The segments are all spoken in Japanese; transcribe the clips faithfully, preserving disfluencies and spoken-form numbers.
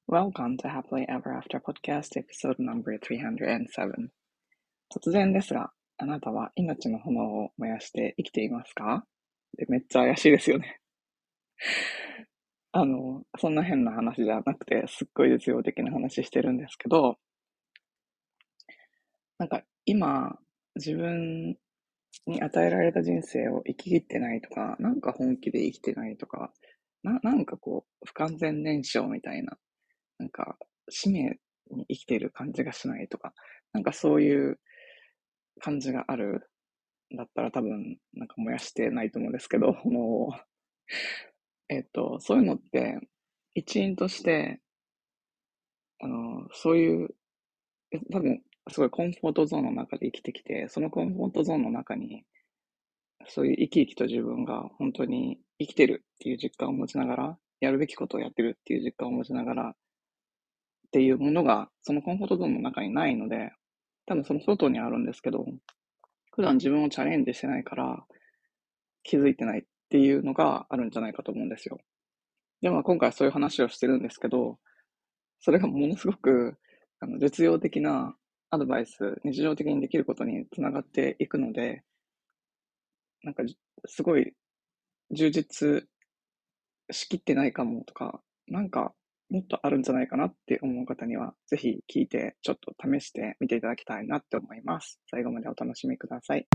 Welcome to Happily Ever After Podcast Episode Numberさんびゃくなな。突然ですが、あなたは命の炎を燃やして生きていますか？でめっちゃ怪しいですよね。あの、そんな変な話じゃなくて、すっごい実用的な話してるんですけど、なんか今、自分に与えられた人生を生き切ってないとか、なんか本気で生きてないとか、な、なんかこう、不完全燃焼みたいな、なんか、使命に生きている感じがしないとか、なんかそういう感じがあるんだったら多分、なんか燃やしてないと思うんですけど、もう、えっと、そういうのって、一因として、あの、そういう、え多分、すごいコンフォートゾーンの中で生きてきて、そのコンフォートゾーンの中に、そういう生き生きと自分が本当に生きてるっていう実感を持ちながら、やるべきことをやってるっていう実感を持ちながらっていうものが、そのコンフォートゾーンの中にないので、多分その外にあるんですけど、普段自分をチャレンジしてないから気づいてないっていうのがあるんじゃないかと思うんですよ。でも今回そういう話をしてるんですけど、それがものすごくあの実用的なアドバイス、日常的にできることにつながっていくので、なんかすごい充実しきってないかもとか、なんかもっとあるんじゃないかなって思う方には、ぜひ聞いてちょっと試してみていただきたいなって思います。最後までお楽しみください。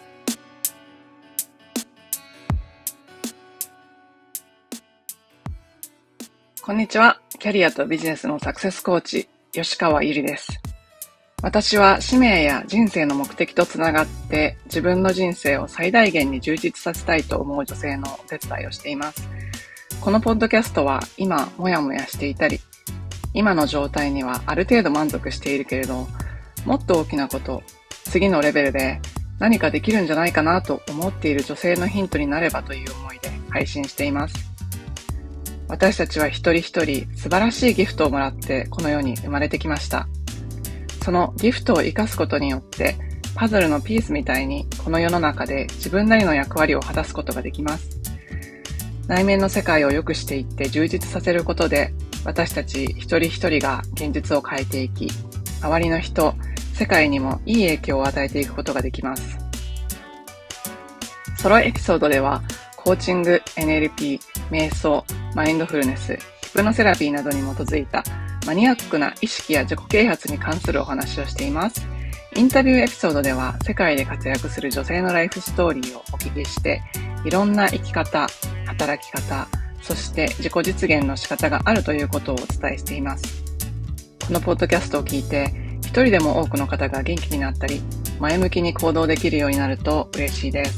こんにちは。キャリアとビジネスのサクセスコーチ、吉川ゆりです。私は使命や人生の目的とつながって自分の人生を最大限に充実させたいと思う女性のお手伝いをしています。このポッドキャストは今もやもやしていたり、今の状態にはある程度満足しているけれど、もっと大きなこと、次のレベルで何かできるんじゃないかなと思っている女性のヒントになればという思いで配信しています。私たちは一人一人素晴らしいギフトをもらってこの世に生まれてきました。そのギフトを生かすことによってパズルのピースみたいにこの世の中で自分なりの役割を果たすことができます。内面の世界を良くしていって充実させることで私たち一人一人が現実を変えていき、周りの人、世界にもいい影響を与えていくことができます。ソロエピソードではコーチング、エヌエルピー、瞑想、マインドフルネス、ヒプノセラピーなどに基づいたマニアックな意識や自己啓発に関するお話をしています。インタビューエピソードでは世界で活躍する女性のライフストーリーをお聞きして、いろんな生き方、働き方、そして自己実現の仕方があるということをお伝えしています。このポッドキャストを聞いて、一人でも多くの方が元気になったり、前向きに行動できるようになると嬉しいです。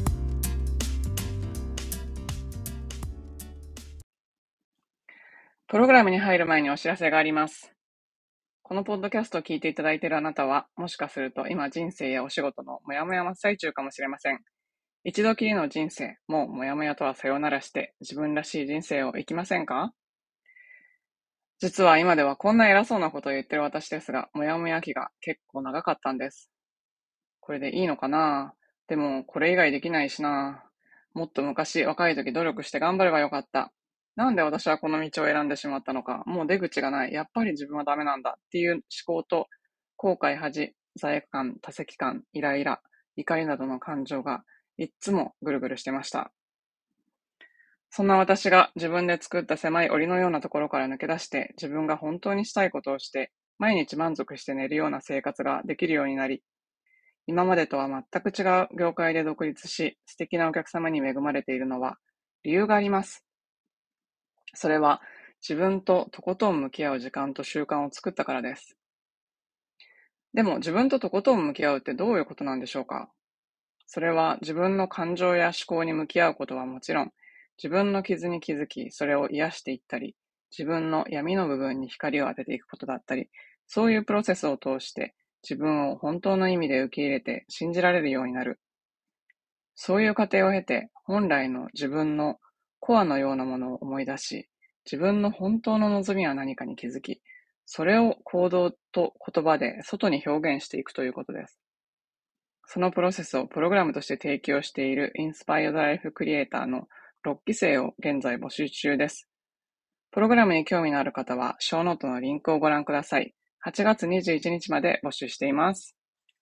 プログラムに入る前にお知らせがあります。このポッドキャストを聞いていただいているあなたは、もしかすると今人生やお仕事のモヤモヤ真っ最中かもしれません。一度きりの人生、もうモヤモヤとはさよならして自分らしい人生を生きませんか？実は今ではこんな偉そうなことを言ってる私ですが、モヤモヤ期が結構長かったんです。これでいいのかな？でもこれ以外できないしな。もっと昔若い時努力して頑張ればよかった。なんで私はこの道を選んでしまったのか。もう出口がない。やっぱり自分はダメなんだっていう思考と、後悔、恥、罪悪感、多責感、イライラ、怒りなどの感情がいっつもぐるぐるしてました。そんな私が自分で作った狭い檻のようなところから抜け出して、自分が本当にしたいことをして、毎日満足して寝るような生活ができるようになり、今までとは全く違う業界で独立し、素敵なお客様に恵まれているのは理由があります。それは自分ととことん向き合う時間と習慣を作ったからです。でも自分ととことん向き合うってどういうことなんでしょうか？それは自分の感情や思考に向き合うことはもちろん、自分の傷に気づき、それを癒していったり、自分の闇の部分に光を当てていくことだったり、そういうプロセスを通して自分を本当の意味で受け入れて信じられるようになる。そういう過程を経て、本来の自分のコアのようなものを思い出し、自分の本当の望みは何かに気づき、それを行動と言葉で外に表現していくということです。そのプロセスをプログラムとして提供しているインスパイアドライフクリエイターのろっき生を現在募集中です。 プログラムに興味のある方は、ショーノートのリンクをご覧ください。はちがつにじゅういちにちまで募集しています。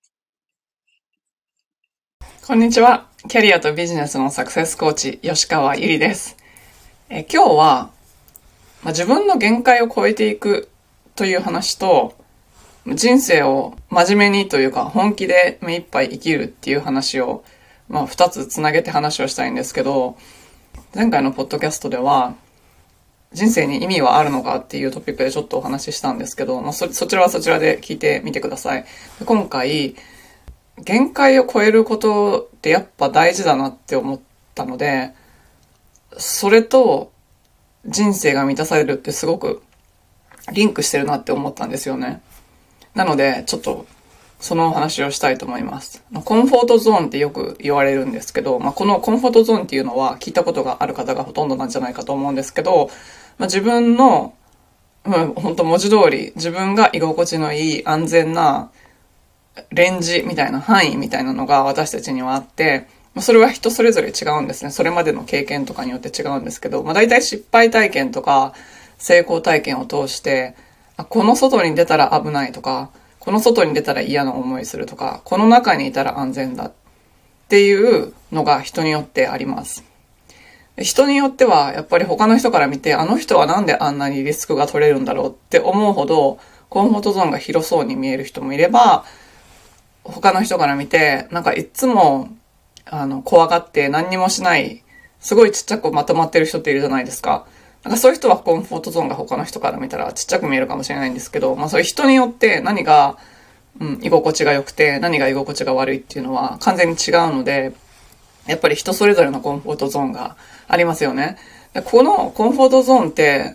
こんにちは。キャリアとビジネスのサクセスコーチ、吉川ゆりです。え今日は、まあ、自分の限界を超えていくという話と、人生を真面目にというか本気で目いっぱい生きるっていう話を、まあ、二つつなげて話をしたいんですけど、前回のポッドキャストでは人生に意味はあるのかっていうトピックでちょっとお話ししたんですけど、まあ、そ, そちらはそちらで聞いてみてください。今回限界を超えることってやっぱ大事だなって思ったので、それと人生が満たされるってすごくリンクしてるなって思ったんですよね。なので、ちょっと、そのお話をしたいと思います。コンフォートゾーンってよく言われるんですけど、まあ、このコンフォートゾーンっていうのは聞いたことがある方がほとんどなんじゃないかと思うんですけど、まあ、自分の、うん、本当文字通り、自分が居心地のいい安全なレンジみたいな範囲みたいなのが私たちにはあって、それは人それぞれ違うんですね。それまでの経験とかによって違うんですけど、まあ、大体失敗体験とか成功体験を通して、この外に出たら危ないとか、この外に出たら嫌な思いするとか、この中にいたら安全だっていうのが人によってあります。人によってはやっぱり他の人から見て、あの人はなんであんなにリスクが取れるんだろうって思うほどコンフォートゾーンが広そうに見える人もいれば、他の人から見てなんかいつもあの怖がって何にもしないすごいちっちゃくまとまってる人っているじゃないですか。なんかそういう人はコンフォートゾーンが他の人から見たらちっちゃく見えるかもしれないんですけど、まあそういう人によって何が、うん、居心地が良くて何が居心地が悪いっていうのは完全に違うので、やっぱり人それぞれのコンフォートゾーンがありますよね。でこのコンフォートゾーンって、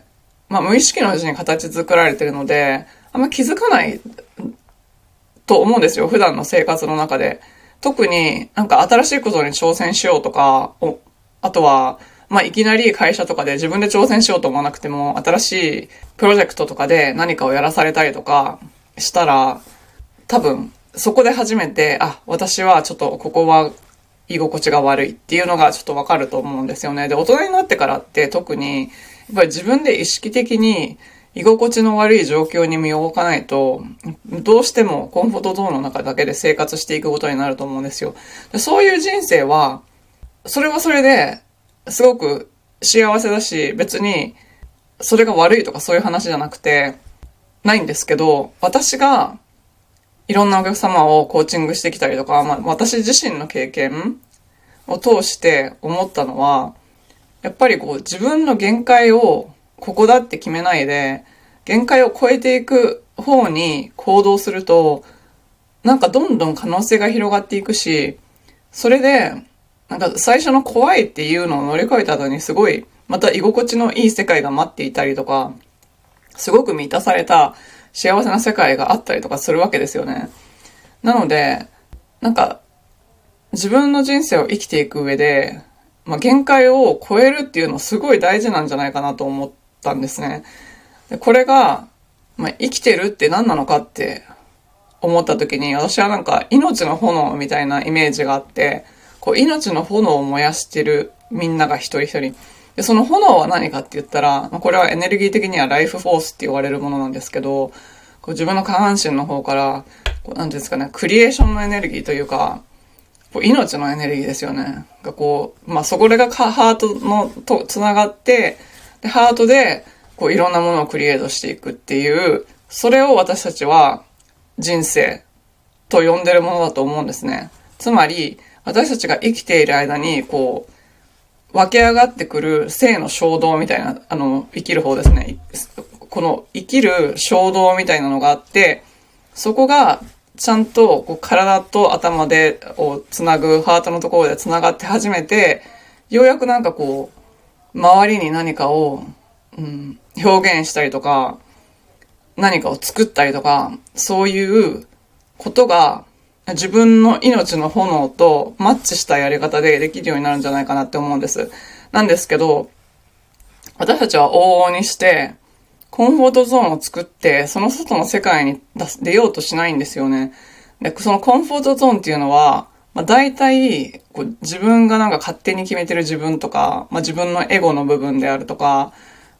まあ無意識のうちに形作られてるので、あんま気づかないと思うんですよ、普段の生活の中で。特になんか新しいことに挑戦しようとか、あとは、まあ、いきなり会社とかで自分で挑戦しようと思わなくても、新しいプロジェクトとかで何かをやらされたりとかしたら、多分、そこで初めて、あ、私はちょっとここは居心地が悪いっていうのがちょっとわかると思うんですよね。で、大人になってからって特に、やっぱり自分で意識的に居心地の悪い状況に身を置かないと、どうしてもコンフォートゾーンの中だけで生活していくことになると思うんですよ。でそういう人生は、それはそれですごく幸せだし、別にそれが悪いとかそういう話じゃなくて、ないんですけど、私がいろんなお客様をコーチングしてきたりとか、まあ、私自身の経験を通して思ったのは、やっぱりこう自分の限界をここだって決めないで、限界を超えていく方に行動すると、なんかどんどん可能性が広がっていくし、それで、なんか最初の怖いっていうのを乗り越えた後にすごい、また居心地のいい世界が待っていたりとか、すごく満たされた幸せな世界があったりとかするわけですよね。なので、なんか自分の人生を生きていく上で、まあ、限界を超えるっていうのすごい大事なんじゃないかなと思ったんですね。でこれが、まあ、生きてるって何なのかって思った時に、私はなんか命の炎みたいなイメージがあって、こう命の炎を燃やしてるみんなが一人一人。で、その炎は何かって言ったら、まあ、これはエネルギー的にはライフフォースって言われるものなんですけど、こう自分の下半身の方から、こうなんていうんですかね、クリエーションのエネルギーというか、こう命のエネルギーですよね。がこう、まあ、そこがハートのと繋がって、で、ハートで、こういろんなものをクリエイトしていくっていう、それを私たちは人生と呼んでるものだと思うんですね。つまり、私たちが生きている間に、こう、湧き上がってくる生の衝動みたいな、あの、生きる方ですね。この生きる衝動みたいなのがあって、そこがちゃんとこう体と頭でをつなぐハートのところでつながって初めて、ようやくなんかこう、周りに何かを、うん、表現したりとか、何かを作ったりとか、そういうことが自分の命の炎とマッチしたやり方でできるようになるんじゃないかなって思うんです。なんですけど、私たちは往々にして、コンフォートゾーンを作って、その外の世界に出ようとしないんですよね。で、そのコンフォートゾーンっていうのは、まあ、大体こう自分がなんか勝手に決めてる自分とか、まあ、自分のエゴの部分であるとか、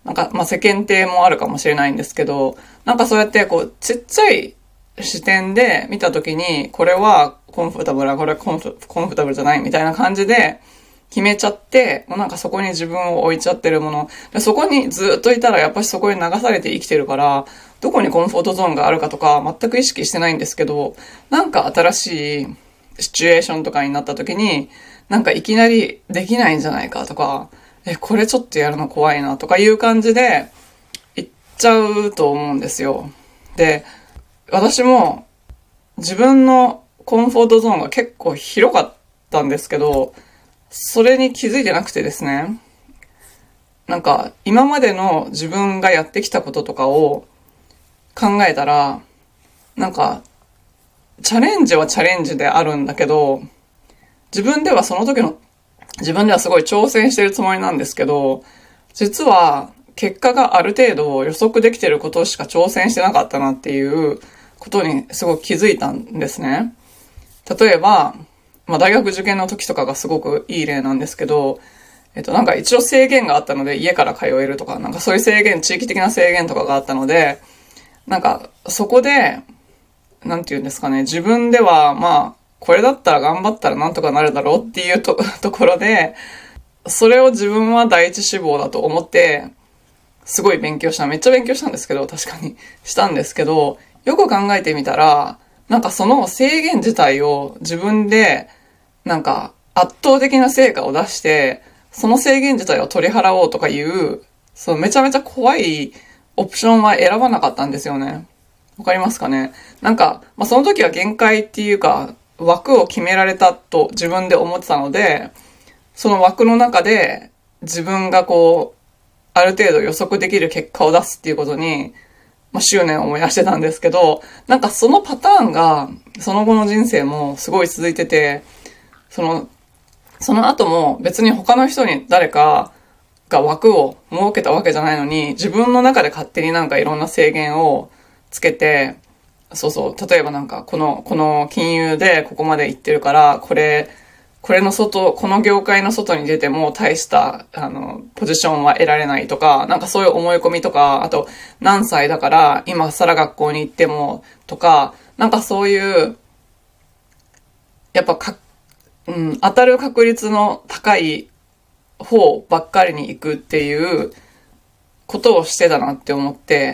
なんか、まあ、世間体もあるかもしれないんですけど、なんかそうやってこう、ちっちゃい視点で見たときに、これはコンフォータブルだ、これはコンフォ、コンフォータブルじゃないみたいな感じで決めちゃって、もうなんかそこに自分を置いちゃってるもの。でそこにずっといたらやっぱりそこに流されて生きてるから、どこにコンフォートゾーンがあるかとか全く意識してないんですけど、なんか新しいシチュエーションとかになった時に、なんかいきなりできないんじゃないかとか、え、これちょっとやるの怖いなとかいう感じで言っちゃうと思うんですよ。で、私も自分のコンフォートゾーンが結構広かったんですけど、それに気づいてなくてですね、なんか今までの自分がやってきたこととかを考えたら、なんかチャレンジはチャレンジであるんだけど、自分ではその時の、自分ではすごい挑戦してるつもりなんですけど、実は結果がある程度予測できてることしか挑戦してなかったなっていうことにすごく気づいたんですね。例えば、まあ大学受験の時とかがすごくいい例なんですけど、えっとなんか一応制限があったので家から通えるとか、なんかそういう制限、地域的な制限とかがあったので、なんかそこで、なんて言うんですかね、自分ではまあ、これだったら頑張ったらなんとかなるだろうっていうと、ところで、それを自分は第一志望だと思って、すごい勉強した。めっちゃ勉強したんですけど、確かにしたんですけど、よく考えてみたら、なんかその制限自体を自分で、なんか圧倒的な成果を出して、その制限自体を取り払おうとかいう、そうめちゃめちゃ怖いオプションは選ばなかったんですよね。わかりますかね。なんか、まあ、その時は限界っていうか、枠を決められたと自分で思ってたので、その枠の中で自分がこう、ある程度予測できる結果を出すっていうことに、まあ、執念を燃やしてたんですけど、なんかそのパターンが、その後の人生もすごい続いてて、その、その後も別に他の人に誰かが枠を設けたわけじゃないのに、自分の中で勝手になんかいろんな制限をつけて、そうそう、例えばなんかこの、この金融でここまで行ってるから、これ、これの外、この業界の外に出ても大した、あの、ポジションは得られないとか、なんかそういう思い込みとか、あと、何歳だから今更学校に行っても、とか、なんかそういう、やっぱか、うん、当たる確率の高い方ばっかりに行くっていうことをしてたなって思って、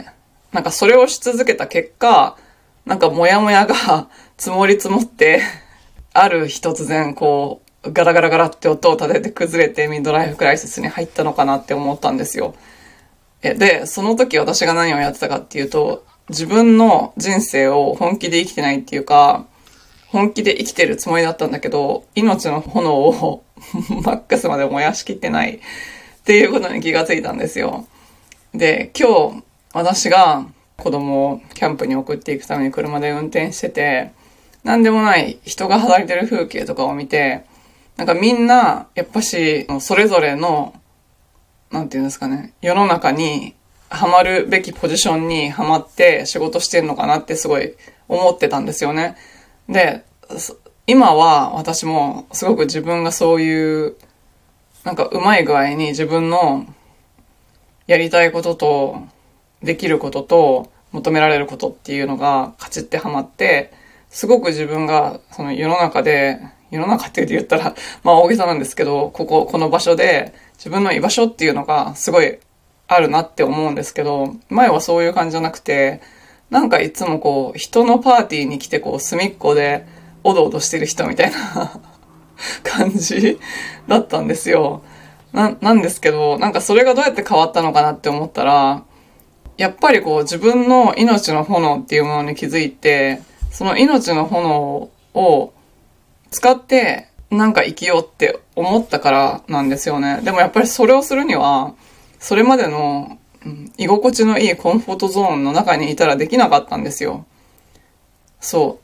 なんかそれをし続けた結果、なんかモヤモヤが積もり積もって、ある日突然こう、ガラガラガラって音を立てて崩れてミッドライフクライシスに入ったのかなって思ったんですよ。で、その時私が何をやってたかっていうと、自分の人生を本気で生きてないっていうか、本気で生きてるつもりだったんだけど、命の炎をマックスまで燃やしきってないっていうことに気がついたんですよ。で、今日私が子供をキャンプに送っていくために車で運転してて、なんでもない人が働いてる風景とかを見て、なんかみんな、やっぱし、それぞれの、なんていうんですかね、世の中にハマるべきポジションにハマって仕事してんのかなってすごい思ってたんですよね。で、今は私もすごく自分がそういう、なんかうまい具合に自分のやりたいことと、できることと、求められることっていうのがカチッてハマって、すごく自分がその世の中で、世の中って言ったら、まあ大げさなんですけど、ここ、この場所で自分の居場所っていうのがすごいあるなって思うんですけど、前はそういう感じじゃなくて、なんかいつもこう、人のパーティーに来てこう、隅っこでおどおどしてる人みたいな感じだったんですよ。な、なんですけど、なんかそれがどうやって変わったのかなって思ったら、やっぱりこう自分の命の炎っていうものに気づいて、その命の炎を使ってなんか生きようって思ったからなんですよね。でもやっぱりそれをするには、それまでの、うん、居心地のいいコンフォートゾーンの中にいたらできなかったんですよ。そう。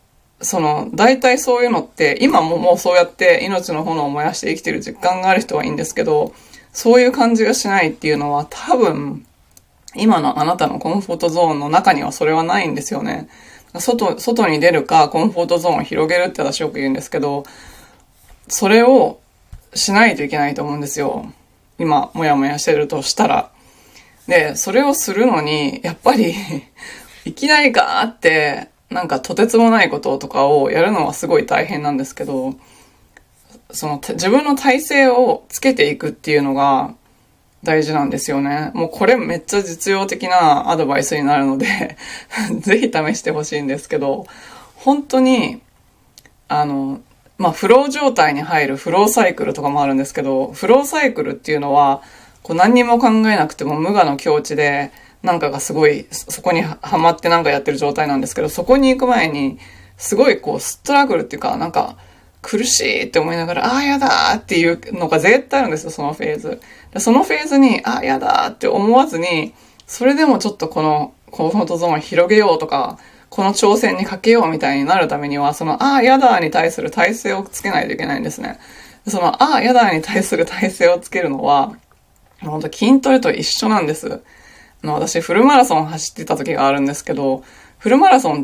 その、大体そういうのって、今ももうそうやって命の炎を燃やして生きてる実感がある人はいいんですけど、そういう感じがしないっていうのは多分、今のあなたのコンフォートゾーンの中にはそれはないんですよね。外、外に出るかコンフォートゾーンを広げるって私よく言うんですけど、それをしないといけないと思うんですよ。今、もやもやしてるとしたら。 で、それをするのに、やっぱり、いきなりガーって、なんかとてつもないこととかをやるのはすごい大変なんですけど、その自分の体勢をつけていくっていうのが大事なんですよね。もうこれめっちゃ実用的なアドバイスになるので、ぜひ試してほしいんですけど、本当に、あの、まあ、フロー状態に入るフローサイクルとかもあるんですけど、フローサイクルっていうのは、こう何にも考えなくても無我の境地で、なんかがすごい、そこにはまってなんかやってる状態なんですけど、そこに行く前に、すごいこう、ストラグルっていうか、なんか、苦しいって思いながら、ああ、やだーっていうのが絶対あるんですよ、そのフェーズ。でそのフェーズに、ああ、やだーって思わずに、それでもちょっとこのコンフォートゾーンを広げようとか、この挑戦にかけようみたいになるためには、その、ああ、やだーに対する体勢をつけないといけないんですね。その、ああ、やだーに対する体勢をつけるのは、本当筋トレと一緒なんです。あの、私、フルマラソン走ってた時があるんですけど、フルマラソンって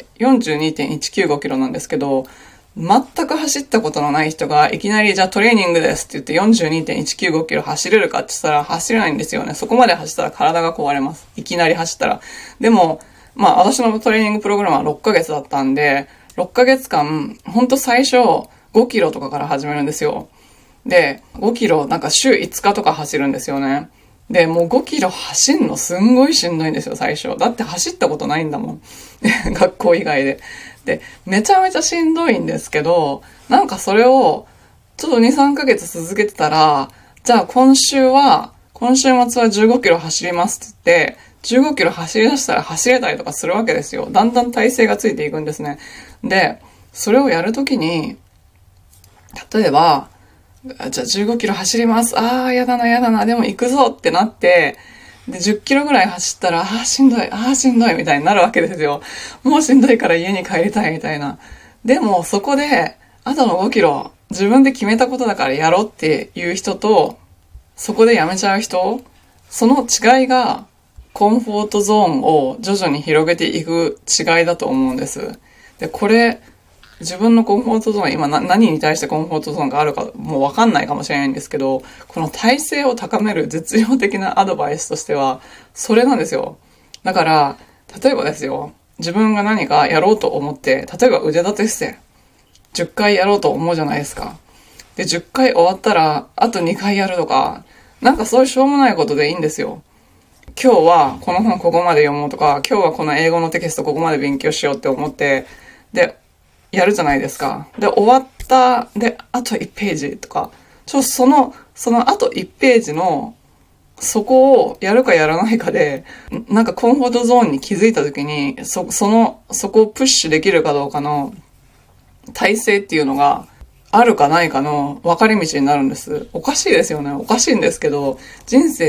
よんじゅうにてんいちきゅうごキロなんですけど、全く走ったことのない人がいきなりじゃあトレーニングですって言って よんじゅうにてんいちきゅうごキロ走れるかって言ったら走れないんですよね。そこまで走ったら体が壊れます。いきなり走ったら。でも、まあ私のトレーニングプログラムはろっかげつだったんで、ろっかげつかん、ほんと最初ごキロとかから始めるんですよ。で、ごキロなんか週いつかとか走るんですよね。で、もうごキロ走んのすんごいしんどいんですよ、最初。だって走ったことないんだもん。学校以外で。で、めちゃめちゃしんどいんですけど、なんかそれを、ちょっとに、さんかげつ続けてたら、じゃあ今週は、今週末はじゅうごキロ走りますって言って、じゅうごキロ走り出したら走れたりとかするわけですよ。だんだん体勢がついていくんですね。で、それをやるときに、例えば、じゃあじゅうごキロ走ります。ああ、やだな、やだな。でも行くぞってなって、で、じゅっキロぐらい走ったら、ああ、しんどい、ああ、しんどい、みたいになるわけですよ。もうしんどいから家に帰りたい、みたいな。でも、そこで、あとのごキロ、自分で決めたことだからやろうっていう人と、そこでやめちゃう人、その違いが、コンフォートゾーンを徐々に広げていく違いだと思うんです。で、これ、自分のコンフォートゾーン、今何に対してコンフォートゾーンがあるかもうわかんないかもしれないんですけど、この体勢を高める実用的なアドバイスとしては、それなんですよ。だから、例えばですよ、自分が何かやろうと思って、例えば腕立て伏せ、じゅっかいやろうと思うじゃないですか。で、じゅっかい終わったら、あとにかいやるとか、なんかそういうしょうもないことでいいんですよ。今日はこの本ここまで読もうとか、今日はこの英語のテキストここまで勉強しようって思って、で、やるじゃないですか。で、終わった、で、あといちページとか、ちょ、その、そのあといちページの、そこをやるかやらないかで、なんかコンフォートゾーンに気づいたときに、そ、その、そこをプッシュできるかどうかの体制っていうのが、あるかないかの分かれ道になるんです。おかしいですよね。おかしいんですけど、人生って、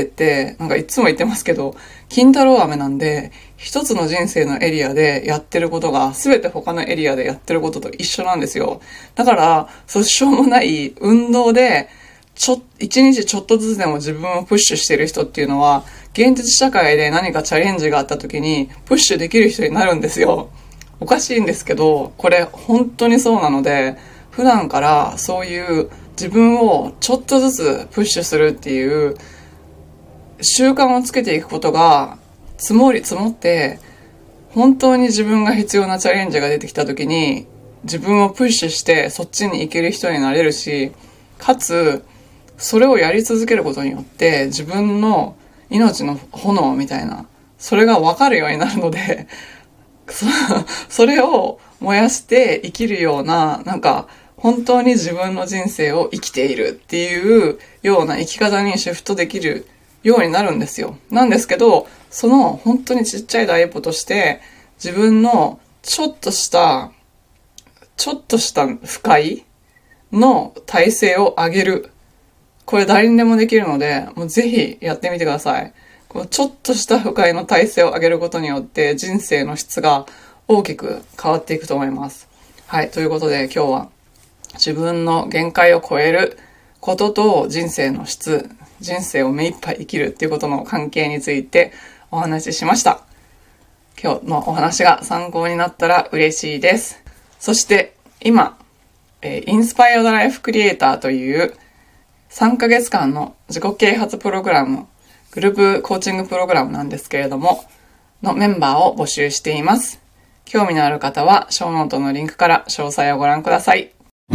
なんかいつも言ってますけど、金太郎飴なんで、一つの人生のエリアでやってることが、すべて他のエリアでやってることと一緒なんですよ。だから、そうしょうもない運動で、ちょ、一日ちょっとずつでも自分をプッシュしてる人っていうのは、現実社会で何かチャレンジがあった時に、プッシュできる人になるんですよ。おかしいんですけど、これ本当にそうなので、普段からそういう自分をちょっとずつプッシュするっていう習慣をつけていくことが積もり積もって本当に自分が必要なチャレンジが出てきた時に自分をプッシュしてそっちに行ける人になれるし、かつそれをやり続けることによって自分の命の炎みたいなそれが分かるようになるのでそ, それを燃やして生きるようななんか本当に自分の人生を生きているっていうような生き方にシフトできるようになるんですよ。なんですけど、その本当にちっちゃい第一歩として自分のちょっとしたちょっとした不快の体勢を上げる。これ誰にでもできるので、もうぜひやってみてください。こうちょっとした不快の体勢を上げることによって人生の質が大きく変わっていくと思います。はい、ということで今日は自分の限界を超えることと人生の質、人生を目いっぱい生きるっていうことの関係についてお話ししました。今日のお話が参考になったら嬉しいです。そして今、えー、インスパイアドライフクリエイターというさんかげつかんの自己啓発プログラムグループコーチングプログラムなんですけれども、のメンバーを募集しています。興味のある方は、ショーノートのリンクから詳細をご覧ください。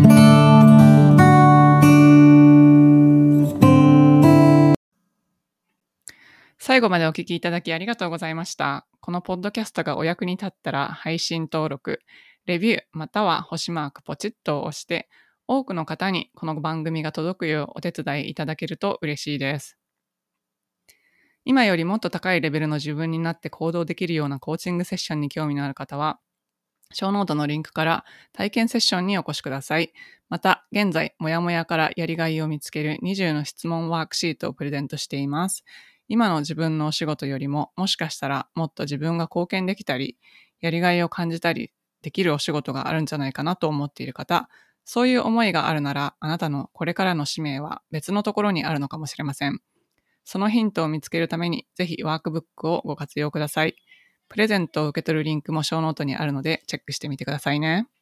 最後までお聞きいただきありがとうございました。このポッドキャストがお役に立ったら配信登録、レビューまたは星マークポチッとを押して多くの方にこの番組が届くようお手伝いいただけると嬉しいです。今よりもっと高いレベルの自分になって行動できるようなコーチングセッションに興味のある方は、ショーノートのリンクから体験セッションにお越しください。また、現在、もやもやからやりがいを見つけるにじゅうの質問ワークシートをプレゼントしています。今の自分のお仕事よりも、もしかしたらもっと自分が貢献できたり、やりがいを感じたりできるお仕事があるんじゃないかなと思っている方、そういう思いがあるなら、あなたのこれからの使命は別のところにあるのかもしれません。そのヒントを見つけるために、ぜひワークブックをご活用ください。プレゼントを受け取るリンクもショーノートにあるので、チェックしてみてくださいね。